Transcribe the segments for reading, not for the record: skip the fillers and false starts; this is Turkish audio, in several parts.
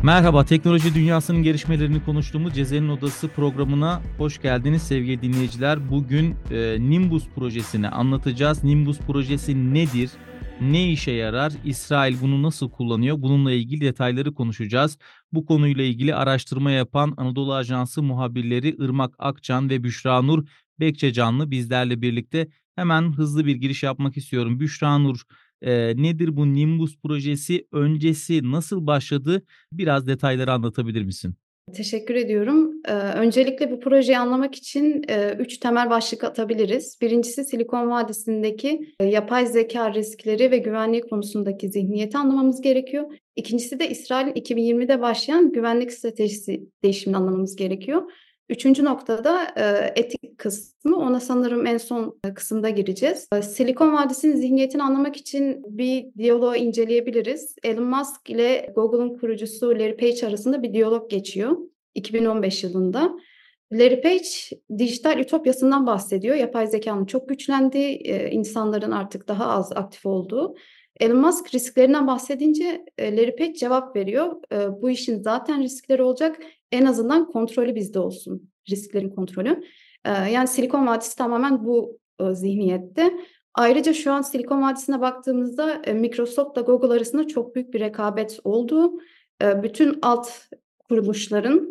Merhaba, teknoloji dünyasının gelişmelerini konuştuğumuz Cezayir'in Odası programına hoş geldiniz sevgili dinleyiciler. Bugün Nimbus projesini anlatacağız. Nimbus projesi nedir? Ne işe yarar? İsrail bunu nasıl kullanıyor? Bununla ilgili detayları konuşacağız. Bu konuyla ilgili araştırma yapan Anadolu Ajansı muhabirleri Irmak Akçan ve Büşra Nur Bekçecanlı bizlerle birlikte. Hemen hızlı bir giriş yapmak istiyorum. Büşra Nur, nedir bu Nimbus projesi? Öncesi nasıl başladı? Biraz detayları anlatabilir misin? Teşekkür ediyorum. Öncelikle bu projeyi anlamak için 3 temel başlık atabiliriz. Birincisi Silikon Vadisi'ndeki yapay zeka riskleri ve güvenliği konusundaki zihniyeti anlamamız gerekiyor. İkincisi de İsrail'in 2020'de başlayan güvenlik stratejisi değişimini anlamamız gerekiyor. Üçüncü noktada etik kısmı. Ona sanırım en son kısımda gireceğiz. Silikon Vadisi'nin zihniyetini anlamak için bir diyaloğu inceleyebiliriz. Elon Musk ile Google'un kurucusu Larry Page arasında bir diyalog geçiyor 2015 yılında. Larry Page dijital ütopyasından bahsediyor. Yapay zekanın çok güçlendiği, insanların artık daha az aktif olduğu. Elon Musk risklerinden bahsedince Larry Page cevap veriyor. Bu işin zaten riskleri olacak. En azından kontrolü bizde olsun. Risklerin kontrolü. Yani Silikon Vadisi tamamen bu zihniyette. Ayrıca şu an Silikon Vadisi'ne baktığımızda Microsoft'la Google arasında çok büyük bir rekabet olduğu, bütün alt kuruluşların,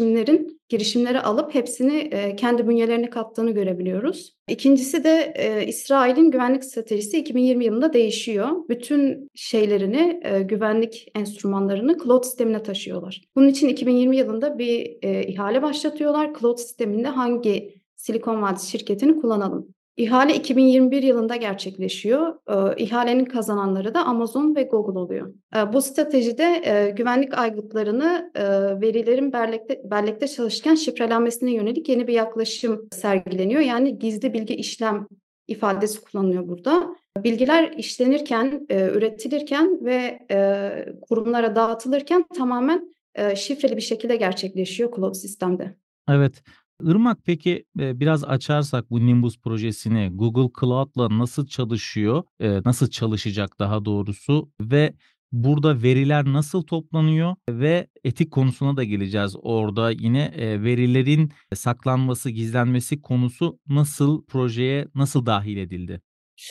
girişimleri alıp hepsini kendi bünyelerine kattığını görebiliyoruz. İkincisi de İsrail'in güvenlik stratejisi 2020 yılında değişiyor. Bütün şeylerini, güvenlik enstrümanlarını cloud sistemine taşıyorlar. Bunun için 2020 yılında bir ihale başlatıyorlar. Cloud sisteminde hangi Silikon Vadisi şirketini kullanalım? İhale 2021 yılında gerçekleşiyor. İhalenin kazananları da Amazon ve Google oluyor. Bu stratejide güvenlik aygıtlarını verilerin bellekte çalışırken şifrelenmesine yönelik yeni bir yaklaşım sergileniyor. Yani gizli bilgi işlem ifadesi kullanılıyor burada. Bilgiler işlenirken, üretilirken ve kurumlara dağıtılırken tamamen şifreli bir şekilde gerçekleşiyor cloud sistemde. Evet. Irmak, peki biraz açarsak bu Nimbus projesini Google Cloud'la nasıl çalışıyor, nasıl çalışacak daha doğrusu ve burada veriler nasıl toplanıyor ve etik konusuna da geleceğiz. Orada yine verilerin saklanması, gizlenmesi konusu nasıl projeye nasıl dahil edildi?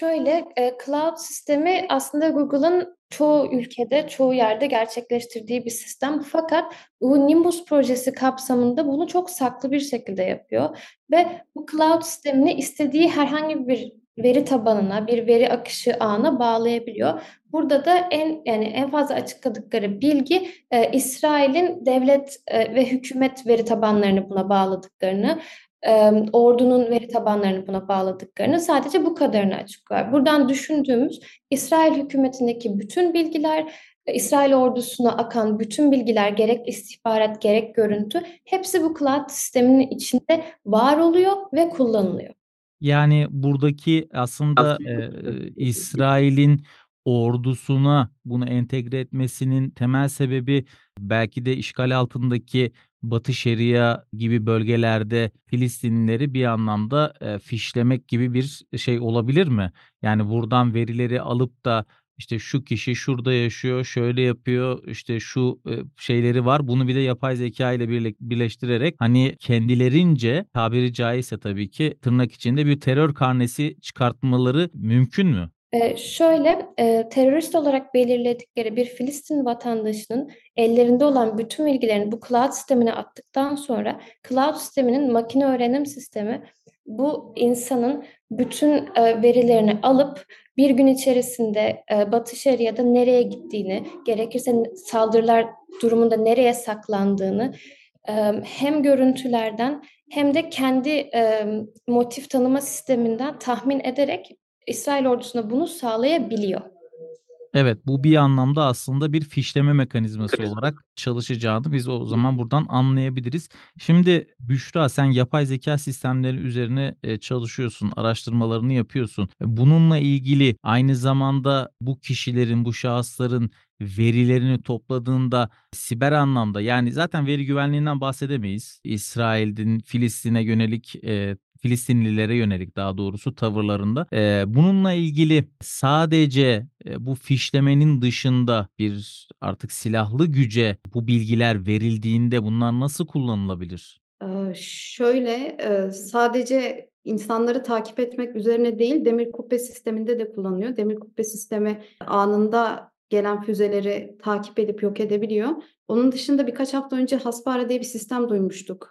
Cloud sistemi aslında Google'ın çoğu ülkede, çoğu yerde gerçekleştirdiği bir sistem. Fakat bu Nimbus projesi kapsamında bunu çok saklı bir şekilde yapıyor. Ve bu cloud sistemini istediği herhangi bir veri tabanına, bir veri akışı ağına bağlayabiliyor. Burada da en fazla açıkladıkları bilgi İsrail'in devlet ve hükümet veri tabanlarını buna bağladıklarını, ordunun veri tabanlarını buna bağladıklarını, sadece bu kadarını açıklıyor. Buradan düşündüğümüz İsrail hükümetindeki bütün bilgiler, İsrail ordusuna akan bütün bilgiler, gerek istihbarat gerek görüntü, hepsi bu cloud sisteminin içinde var oluyor ve kullanılıyor. Yani buradaki aslında İsrail'in ordusuna bunu entegre etmesinin temel sebebi belki de işgal altındaki Batı Şeria gibi bölgelerde Filistinlileri bir anlamda fişlemek gibi bir şey olabilir mi? Yani buradan verileri alıp da işte şu kişi şurada yaşıyor, şöyle yapıyor, işte şu şeyleri var. Bunu bir de yapay zeka ile birleştirerek hani kendilerince, tabiri caizse tabii ki tırnak içinde, bir terör karnesi çıkartmaları mümkün mü? Terörist olarak belirledikleri bir Filistin vatandaşının ellerinde olan bütün bilgilerini bu cloud sistemine attıktan sonra cloud sisteminin makine öğrenim sistemi bu insanın bütün verilerini alıp bir gün içerisinde Batı Şeria'da nereye gittiğini, gerekirse saldırılar durumunda nereye saklandığını hem görüntülerden hem de kendi motif tanıma sisteminden tahmin ederek İsrail ordusuna bunu sağlayabiliyor. Evet, bu bir anlamda aslında bir fişleme mekanizması olarak çalışacağını biz o zaman buradan anlayabiliriz. Şimdi Büşra, sen yapay zeka sistemleri üzerine çalışıyorsun, araştırmalarını yapıyorsun. Bununla ilgili aynı zamanda bu kişilerin, bu şahısların verilerini topladığında siber anlamda, yani zaten veri güvenliğinden bahsedemeyiz. İsrail'in Filistin'e yönelik Filistinlilere yönelik daha doğrusu tavırlarında. Bununla ilgili sadece bu fişlemenin dışında bir artık silahlı güce bu bilgiler verildiğinde bunlar nasıl kullanılabilir? Sadece insanları takip etmek üzerine değil, demir kubbe sisteminde de kullanılıyor. Demir kubbe sistemi anında gelen füzeleri takip edip yok edebiliyor. Onun dışında birkaç hafta önce Hasbara diye bir sistem duymuştuk.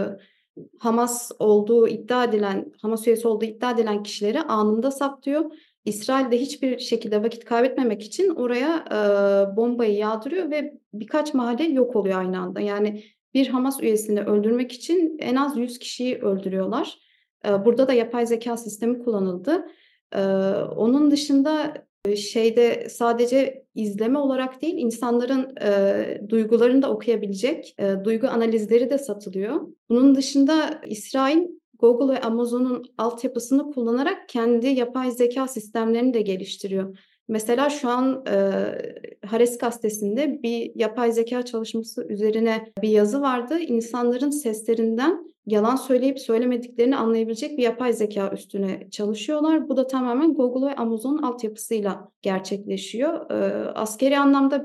Hamas üyesi olduğu iddia edilen kişileri anında saptıyor. İsrail de hiçbir şekilde vakit kaybetmemek için oraya bombayı yağdırıyor ve birkaç mahalle yok oluyor aynı anda. Yani bir Hamas üyesini öldürmek için en az 100 kişiyi öldürüyorlar. Burada da yapay zeka sistemi kullanıldı. Onun dışında sadece izleme olarak değil, insanların duygularını da okuyabilecek duygu analizleri de satılıyor. Bunun dışında İsrail, Google ve Amazon'un altyapısını kullanarak kendi yapay zeka sistemlerini de geliştiriyor. Mesela şu an Haaretz gazetesinde bir yapay zeka çalışması üzerine bir yazı vardı. İnsanların seslerinden yalan söyleyip söylemediklerini anlayabilecek bir yapay zeka üstüne çalışıyorlar. Bu da tamamen Google ve Amazon'un altyapısıyla gerçekleşiyor. Askeri anlamda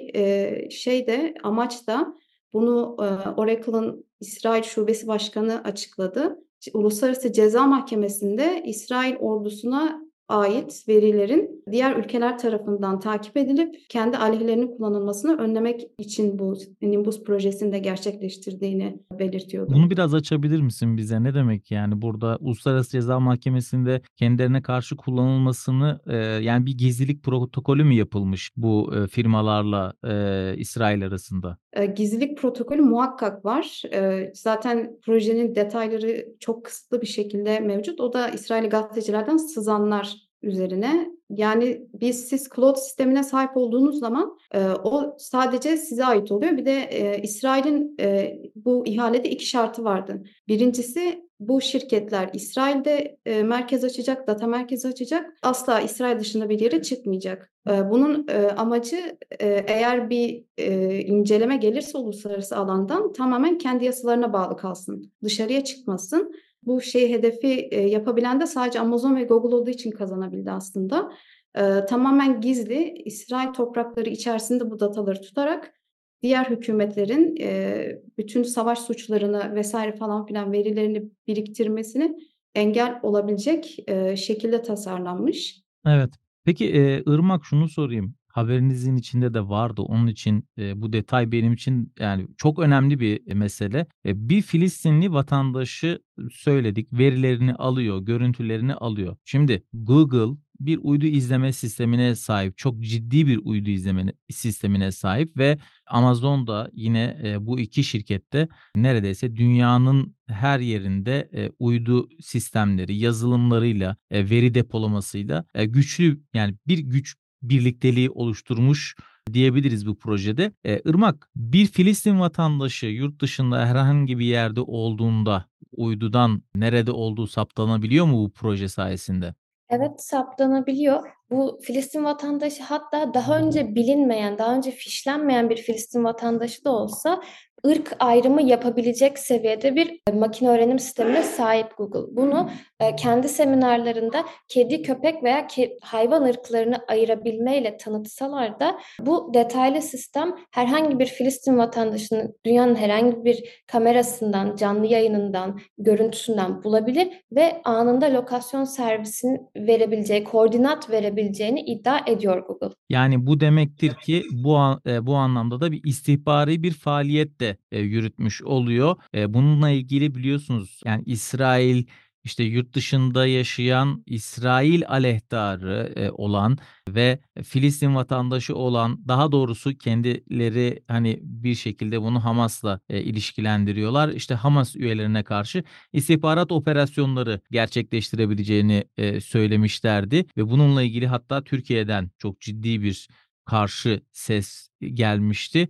amaç da bunu Oracle'ın İsrail Şubesi Başkanı açıkladı. Uluslararası Ceza Mahkemesi'nde İsrail ordusuna ait verilerin diğer ülkeler tarafından takip edilip kendi aleyhlerine kullanılmasını önlemek için bu Nimbus projesini de gerçekleştirdiğini belirtiyordu. Bunu biraz açabilir misin bize? Ne demek yani burada Uluslararası Ceza Mahkemesi'nde kendilerine karşı kullanılmasını yani bir gizlilik protokolü mü yapılmış bu firmalarla İsrail arasında? Gizlilik protokolü muhakkak var. Zaten projenin detayları çok kısıtlı bir şekilde mevcut. O da İsrail gazetecilerden sızanlar üzerine. Yani siz cloud sistemine sahip olduğunuz zaman o sadece size ait oluyor. Bir de İsrail'in bu ihalede 2 şartı vardı. Birincisi, bu şirketler İsrail'de merkez açacak, data merkezi açacak. Asla İsrail dışında bir yere çıkmayacak. Bunun amacı, eğer bir inceleme gelirse uluslararası alandan tamamen kendi yasalarına bağlı kalsın. Dışarıya çıkmasın. Bu hedefi yapabilen de sadece Amazon ve Google olduğu için kazanabildi aslında. Tamamen gizli, İsrail toprakları içerisinde bu dataları tutarak diğer hükümetlerin bütün savaş suçlarını vesaire falan filan verilerini biriktirmesini engel olabilecek şekilde tasarlanmış. Evet. Peki, Irmak şunu sorayım. Haberinizin içinde de vardı. Onun için, bu detay benim için yani çok önemli bir mesele. Bir Filistinli vatandaşı söyledik, verilerini alıyor, görüntülerini alıyor. Şimdi Google bir uydu izleme sistemine sahip, çok ciddi bir uydu izleme sistemine sahip ve Amazon da yine, bu 2 şirket de neredeyse dünyanın her yerinde, uydu sistemleri, yazılımlarıyla, veri depolamasıyla, güçlü yani bir güç birlikteliği oluşturmuş diyebiliriz bu projede. Irmak, bir Filistin vatandaşı yurt dışında herhangi bir yerde olduğunda uydudan nerede olduğu saptanabiliyor mu bu proje sayesinde? Evet, saptanabiliyor. Bu Filistin vatandaşı hatta daha önce bilinmeyen, daha önce fişlenmeyen bir Filistin vatandaşı da olsa ırk ayrımı yapabilecek seviyede bir makine öğrenim sistemine sahip Google. Bunu kendi seminerlerinde kedi, köpek veya hayvan ırklarını ayırabilmeyle tanıtsalar da bu detaylı sistem herhangi bir Filistin vatandaşının dünyanın herhangi bir kamerasından, canlı yayınından, görüntüsünden bulabilir ve anında lokasyon servisini verebileceği, koordinat verebileceğini iddia ediyor Google. Yani bu demektir ki bu anlamda da bir istihbari bir faaliyet de yürütmüş oluyor. Bununla ilgili biliyorsunuz yani İsrail, işte yurt dışında yaşayan İsrail aleyhtarı olan ve Filistin vatandaşı olan, daha doğrusu kendileri hani bir şekilde bunu Hamas'la ilişkilendiriyorlar. İşte Hamas üyelerine karşı istihbarat operasyonları gerçekleştirebileceğini söylemişlerdi ve bununla ilgili hatta Türkiye'den çok ciddi bir karşı ses gelmişti.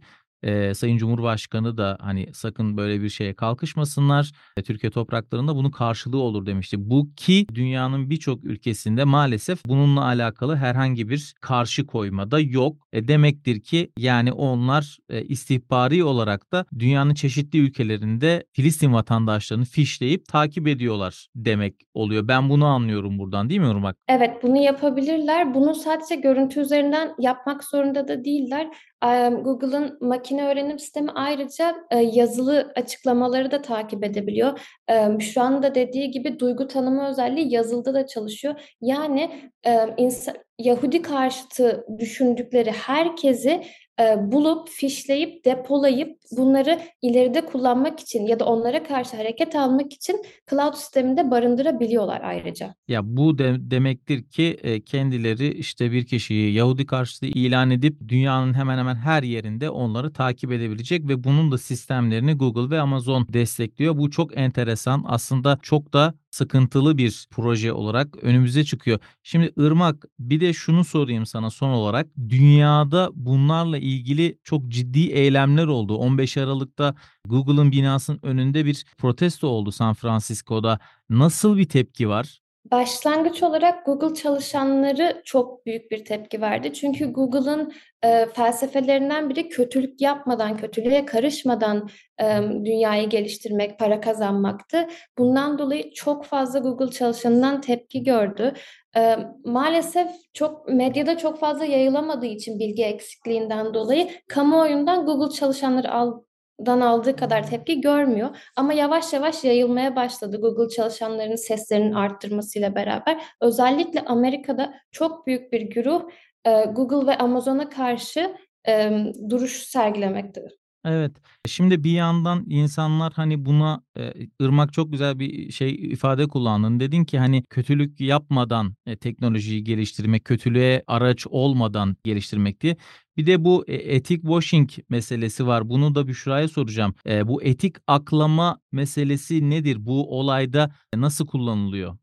Sayın Cumhurbaşkanı da hani sakın böyle bir şeye kalkışmasınlar. Türkiye topraklarında bunun karşılığı olur demişti. Bu ki dünyanın birçok ülkesinde maalesef bununla alakalı herhangi bir karşı koyma da yok. Demektir ki yani onlar istihbari olarak da dünyanın çeşitli ülkelerinde Filistin vatandaşlarını fişleyip takip ediyorlar demek oluyor. Ben bunu anlıyorum buradan, değil mi Irmak? Evet, bunu yapabilirler. Bunu sadece görüntü üzerinden yapmak zorunda da değiller. Google'ın makine öğrenim sistemi ayrıca yazılı açıklamaları da takip edebiliyor. Şu anda dediği gibi duygu tanıma özelliği yazılıda da çalışıyor. Yani Yahudi karşıtı düşündükleri herkesi bulup, fişleyip, depolayıp bunları ileride kullanmak için ya da onlara karşı hareket almak için cloud sisteminde barındırabiliyorlar ayrıca. Ya bu demektir ki kendileri işte bir kişiyi Yahudi karşıtı ilan edip dünyanın hemen hemen her yerinde onları takip edebilecek ve bunun da sistemlerini Google ve Amazon destekliyor. Bu çok enteresan. Aslında çok da sıkıntılı bir proje olarak önümüze çıkıyor. Şimdi Irmak, bir de şunu sorayım sana son olarak. Dünyada bunlarla ilgili çok ciddi eylemler oldu. 15 Aralık'ta Google'ın binasının önünde bir protesto oldu San Francisco'da. Nasıl bir tepki var? Başlangıç olarak Google çalışanları çok büyük bir tepki verdi. Çünkü Google'ın felsefelerinden biri kötülük yapmadan, kötülüğe karışmadan dünyayı geliştirmek, para kazanmaktı. Bundan dolayı çok fazla Google çalışanından tepki gördü. Maalesef medyada çok fazla yayılamadığı için bilgi eksikliğinden dolayı kamuoyundan Google çalışanları aldığı kadar tepki görmüyor. Ama yavaş yavaş yayılmaya başladı Google çalışanlarının seslerinin arttırmasıyla beraber. Özellikle Amerika'da çok büyük bir güruh Google ve Amazon'a karşı duruş sergilemekte. Evet. Şimdi bir yandan insanlar hani buna Irmak çok güzel bir ifade kullandın. Dedin ki hani kötülük yapmadan teknolojiyi geliştirmek, kötülüğe araç olmadan geliştirmek diye. Bir de bu etik washing meselesi var. Bunu da Büşra'ya soracağım. Bu etik aklama meselesi nedir? Bu olayda nasıl kullanılıyor?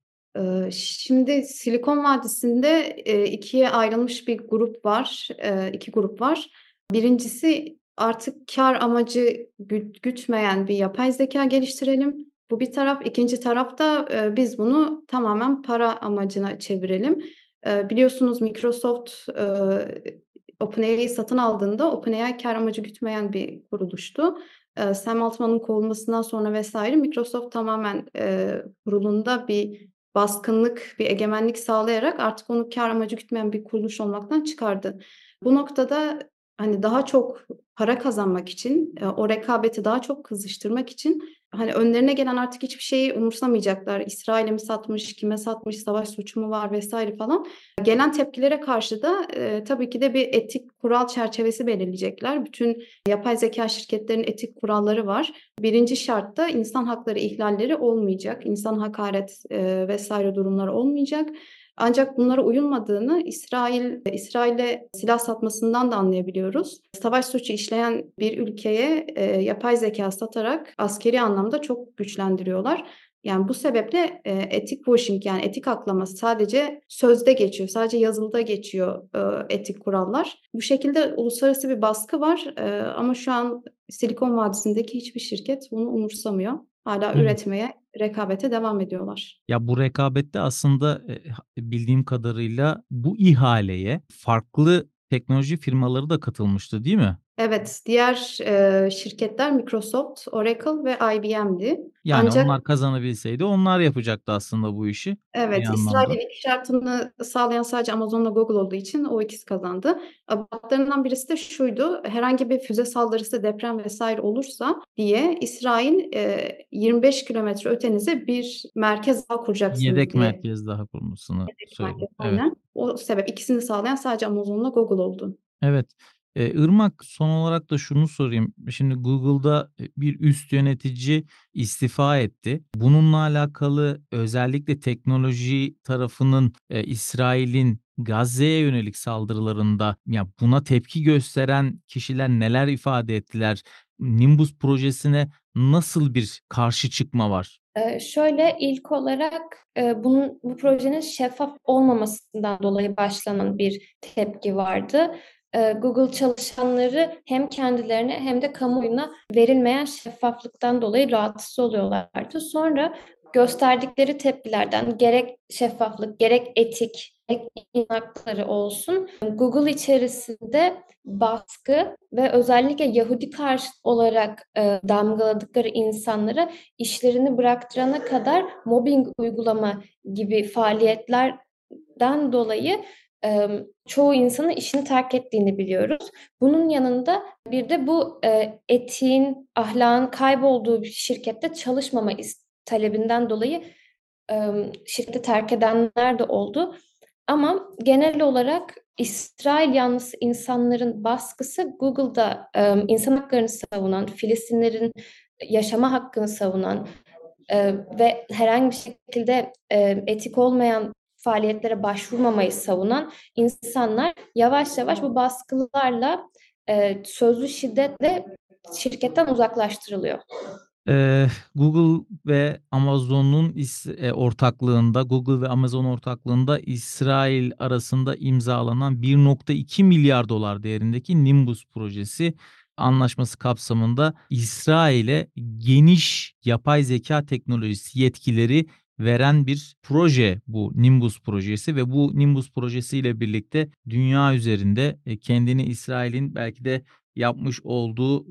Şimdi Silikon Vadisi'nde ikiye ayrılmış bir grup var, iki grup var. Birincisi artık kar amacı gütmeyen bir yapay zeka geliştirelim. Bu bir taraf. İkinci taraf da biz bunu tamamen para amacına çevirelim. Biliyorsunuz Microsoft OpenAI'yi satın aldığında OpenAI kar amacı gütmeyen bir kuruluştu. Sam Altman'ın kovulmasından sonra vesaire Microsoft tamamen kurulunda bir baskınlık, bir egemenlik sağlayarak artık onu kâr amacı gütmeyen bir kuruluş olmaktan çıkardı. Bu noktada hani daha çok para kazanmak için, o rekabeti daha çok kızıştırmak için hani önlerine gelen artık hiçbir şeyi umursamayacaklar. İsrail'e mi satmış, kime satmış, savaş suçu mu var vesaire falan. Gelen tepkilere karşı da tabii ki de bir etik kural çerçevesi belirleyecekler. Bütün yapay zeka şirketlerinin etik kuralları var. Birinci şartta insan hakları ihlalleri olmayacak. İnsan hakaret vesaire durumları olmayacak. Ancak bunlara uyulmadığını İsrail'e silah satmasından da anlayabiliyoruz. Savaş suçu işleyen bir ülkeye yapay zeka satarak askeri anlamda çok güçlendiriyorlar. Yani bu sebeple etik washing yani etik aklama sadece sözde geçiyor, sadece yazılıda geçiyor etik kurallar. Bu şekilde uluslararası bir baskı var ama şu an Silikon Vadisi'ndeki hiçbir şirket bunu umursamıyor. Hala Evet. üretmeye, rekabete devam ediyorlar. Ya bu rekabette aslında bildiğim kadarıyla bu ihaleye farklı teknoloji firmaları da katılmıştı, değil mi? Evet, diğer şirketler Microsoft, Oracle ve IBM'di. Yani Ancak onlar kazanabilseydi onlar yapacaktı aslında bu işi bir evet, anlamda. İsrail'in iki şartını sağlayan sadece Amazon'la Google olduğu için o ikisi kazandı. Abatlarından birisi de şuydu, herhangi bir füze saldırısı, deprem vesaire olursa diye İsrail 25 kilometre ötenize bir merkez daha kuracaksınız Yedek diye merkez daha kurulmasını merkez söyledi. Evet. aynen. O sebep ikisini sağlayan sadece Amazon'la Google oldu. Evet. Irmak, son olarak da şunu sorayım. Şimdi Google'da bir üst yönetici istifa etti. Bununla alakalı özellikle teknoloji tarafının İsrail'in Gazze'ye yönelik saldırılarında ya buna tepki gösteren kişiler neler ifade ettiler? Nimbus projesine nasıl bir karşı çıkma var? Şöyle ilk olarak bu projenin şeffaf olmamasından dolayı başlanan bir tepki vardı. Google çalışanları hem kendilerine hem de kamuoyuna verilmeyen şeffaflıktan dolayı rahatsız oluyorlardı. Sonra gösterdikleri tepkilerden gerek şeffaflık, gerek etik, gerek insan hakları olsun, Google içerisinde baskı ve özellikle Yahudi karşıtı olarak damgaladıkları insanlara işlerini bıraktırana kadar mobbing uygulama gibi faaliyetlerden dolayı çoğu insanın işini terk ettiğini biliyoruz. Bunun yanında bir de bu etiğin, ahlakın kaybolduğu bir şirkette çalışmama talebinden dolayı şirketi terk edenler de oldu. Ama genel olarak İsrail yanlısı insanların baskısı Google'da insan haklarını savunan, Filistinlerin yaşama hakkını savunan ve herhangi bir şekilde etik olmayan faaliyetlere başvurmamayı savunan insanlar yavaş yavaş bu baskılarla sözlü şiddetle şirketten uzaklaştırılıyor. Google ve Amazon'un ortaklığında, Google ve Amazon ortaklığında İsrail arasında imzalanan 1,2 milyar dolar değerindeki Nimbus projesi anlaşması kapsamında İsrail'e geniş yapay zeka teknolojisi yetkileri veren bir proje bu Nimbus projesi ve bu Nimbus projesiyle birlikte dünya üzerinde kendini İsrail'in belki de yapmış olduğu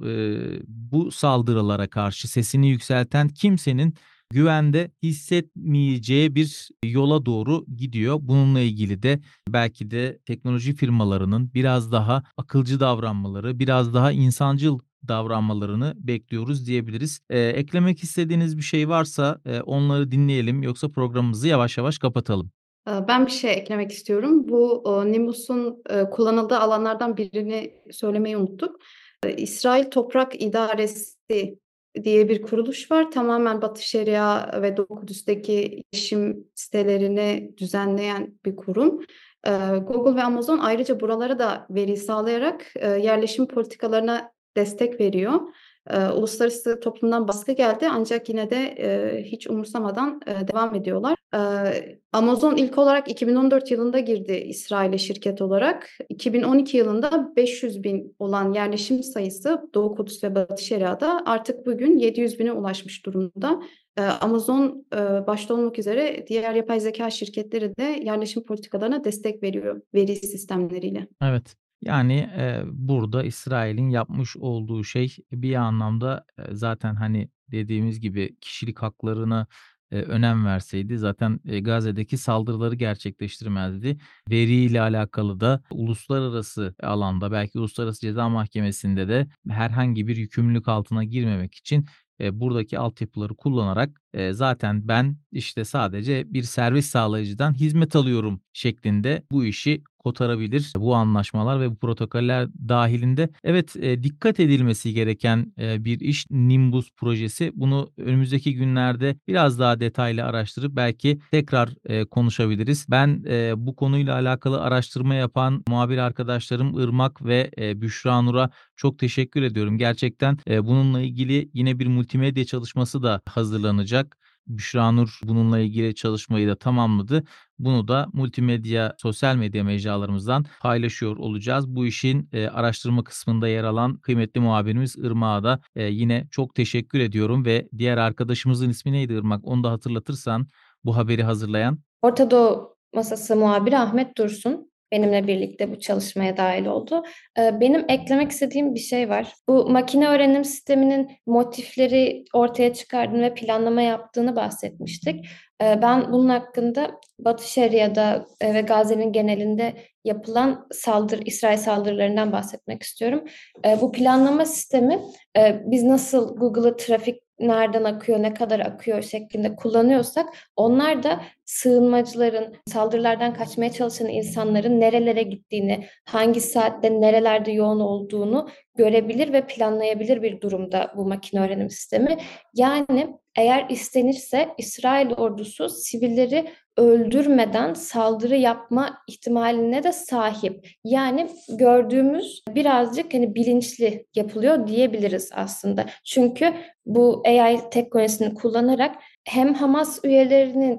bu saldırılara karşı sesini yükselten kimsenin güvende hissetmeyeceği bir yola doğru gidiyor. Bununla ilgili de belki de teknoloji firmalarının biraz daha akılcı davranmaları, biraz daha insancıl davranmalarını bekliyoruz diyebiliriz. Eklemek istediğiniz bir şey varsa onları dinleyelim, yoksa programımızı yavaş yavaş kapatalım. Ben bir şey eklemek istiyorum. Bu Nimbus'un kullanıldığı alanlardan birini söylemeyi unuttuk. İsrail Toprak İdaresi diye bir kuruluş var. Tamamen Batı Şeria ve Doğu Kudüs'teki yerleşim sitelerini düzenleyen bir kurum. Google ve Amazon ayrıca buralara da veri sağlayarak yerleşim politikalarına destek veriyor. Uluslararası toplumdan baskı geldi ancak yine de hiç umursamadan devam ediyorlar. Amazon ilk olarak 2014 yılında girdi İsrail'e şirket olarak. 2012 yılında 500 bin olan yerleşim sayısı Doğu Kudüs ve Batı Şeria'da artık bugün 700 bine ulaşmış durumda. Amazon başta olmak üzere diğer yapay zeka şirketleri de yerleşim politikalarına destek veriyor veri sistemleriyle. Evet. Yani, burada İsrail'in yapmış olduğu şey bir anlamda, zaten, hani, dediğimiz gibi kişilik haklarına, önem verseydi zaten, Gazze'deki saldırıları gerçekleştirmezdi. Veriyle alakalı da uluslararası alanda, belki Uluslararası Ceza Mahkemesi'nde de herhangi bir yükümlülük altına girmemek için, buradaki altyapıları kullanarak, zaten ben, işte, sadece bir servis sağlayıcıdan hizmet alıyorum şeklinde bu işi kotarabilir bu anlaşmalar ve bu protokoller dahilinde. Evet, dikkat edilmesi gereken, bir iş Nimbus projesi. Bunu önümüzdeki günlerde biraz daha detaylı araştırıp belki tekrar, konuşabiliriz. Ben, bu konuyla alakalı araştırma yapan muhabir arkadaşlarım Irmak ve, Büşra Nur'a çok teşekkür ediyorum. Gerçekten, bununla ilgili yine bir multimedya çalışması da hazırlanacak. Büşra Nur bununla ilgili çalışmayı da tamamladı. Bunu da multimedya, sosyal medya mecralarımızdan paylaşıyor olacağız. Bu işin, araştırma kısmında yer alan kıymetli muhabirimiz Irmak'a da, yine çok teşekkür ediyorum ve diğer arkadaşımızın ismi neydi Irmak? Onu da hatırlatırsan, bu haberi hazırlayan. Orta Doğu Masası muhabiri Ahmet Dursun benimle birlikte bu çalışmaya dahil oldu. Benim eklemek istediğim bir şey var. Bu makine öğrenim sisteminin motifleri ortaya çıkardığını ve planlama yaptığını bahsetmiştik. Ben bunun hakkında Batı Şeria'da ve Gazze'nin genelinde yapılan İsrail saldırılarından bahsetmek istiyorum. Bu planlama sistemi biz nasıl Google'ı trafik nereden akıyor, ne kadar akıyor şeklinde kullanıyorsak onlar da sığınmacıların, saldırılardan kaçmaya çalışan insanların nerelere gittiğini, hangi saatte nerelerde yoğun olduğunu görebilir ve planlayabilir bir durumda bu makine öğrenim sistemi. Yani eğer istenirse İsrail ordusu sivilleri öldürmeden saldırı yapma ihtimaline de sahip. Yani gördüğümüz birazcık hani bilinçli yapılıyor diyebiliriz aslında. Çünkü bu AI teknolojisini kullanarak hem Hamas üyelerinin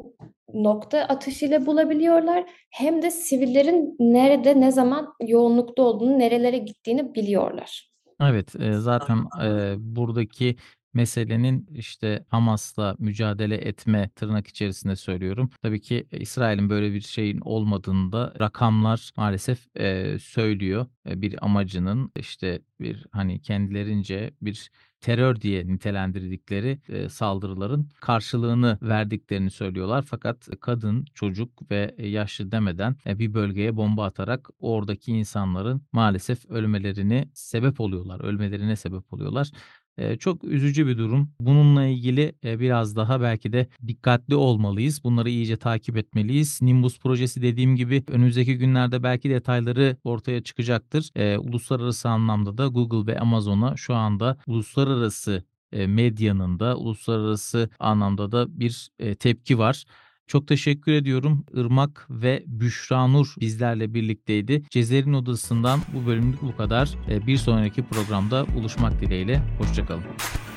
nokta atışıyla bulabiliyorlar hem de sivillerin nerede, ne zaman yoğunlukta olduğunu, nerelere gittiğini biliyorlar. Evet, zaten, buradaki meselenin, işte, Hamas'la mücadele etme, tırnak içerisinde söylüyorum. Tabii ki, İsrail'in böyle bir şeyin olmadığını da rakamlar maalesef, söylüyor. Bir amacının, işte, bir, hani, kendilerince bir terör diye nitelendirdikleri, saldırıların karşılığını verdiklerini söylüyorlar. Fakat kadın, çocuk ve yaşlı demeden, bir bölgeye bomba atarak oradaki insanların maalesef ölmelerine sebep oluyorlar. Çok üzücü bir durum. Bununla ilgili, biraz daha belki de dikkatli olmalıyız. Bunları iyice takip etmeliyiz. Nimbus projesi dediğim gibi önümüzdeki günlerde belki detayları ortaya çıkacaktır. Uluslararası anlamda da Google ve Amazon'a şu anda uluslararası, medyanın da uluslararası anlamda da bir, tepki var. Çok teşekkür ediyorum. Irmak ve Büşra Nur bizlerle birlikteydi. Cezer'in Odası'ndan bu bölümlük bu kadar. Bir sonraki programda buluşmak dileğiyle. Hoşça kalın.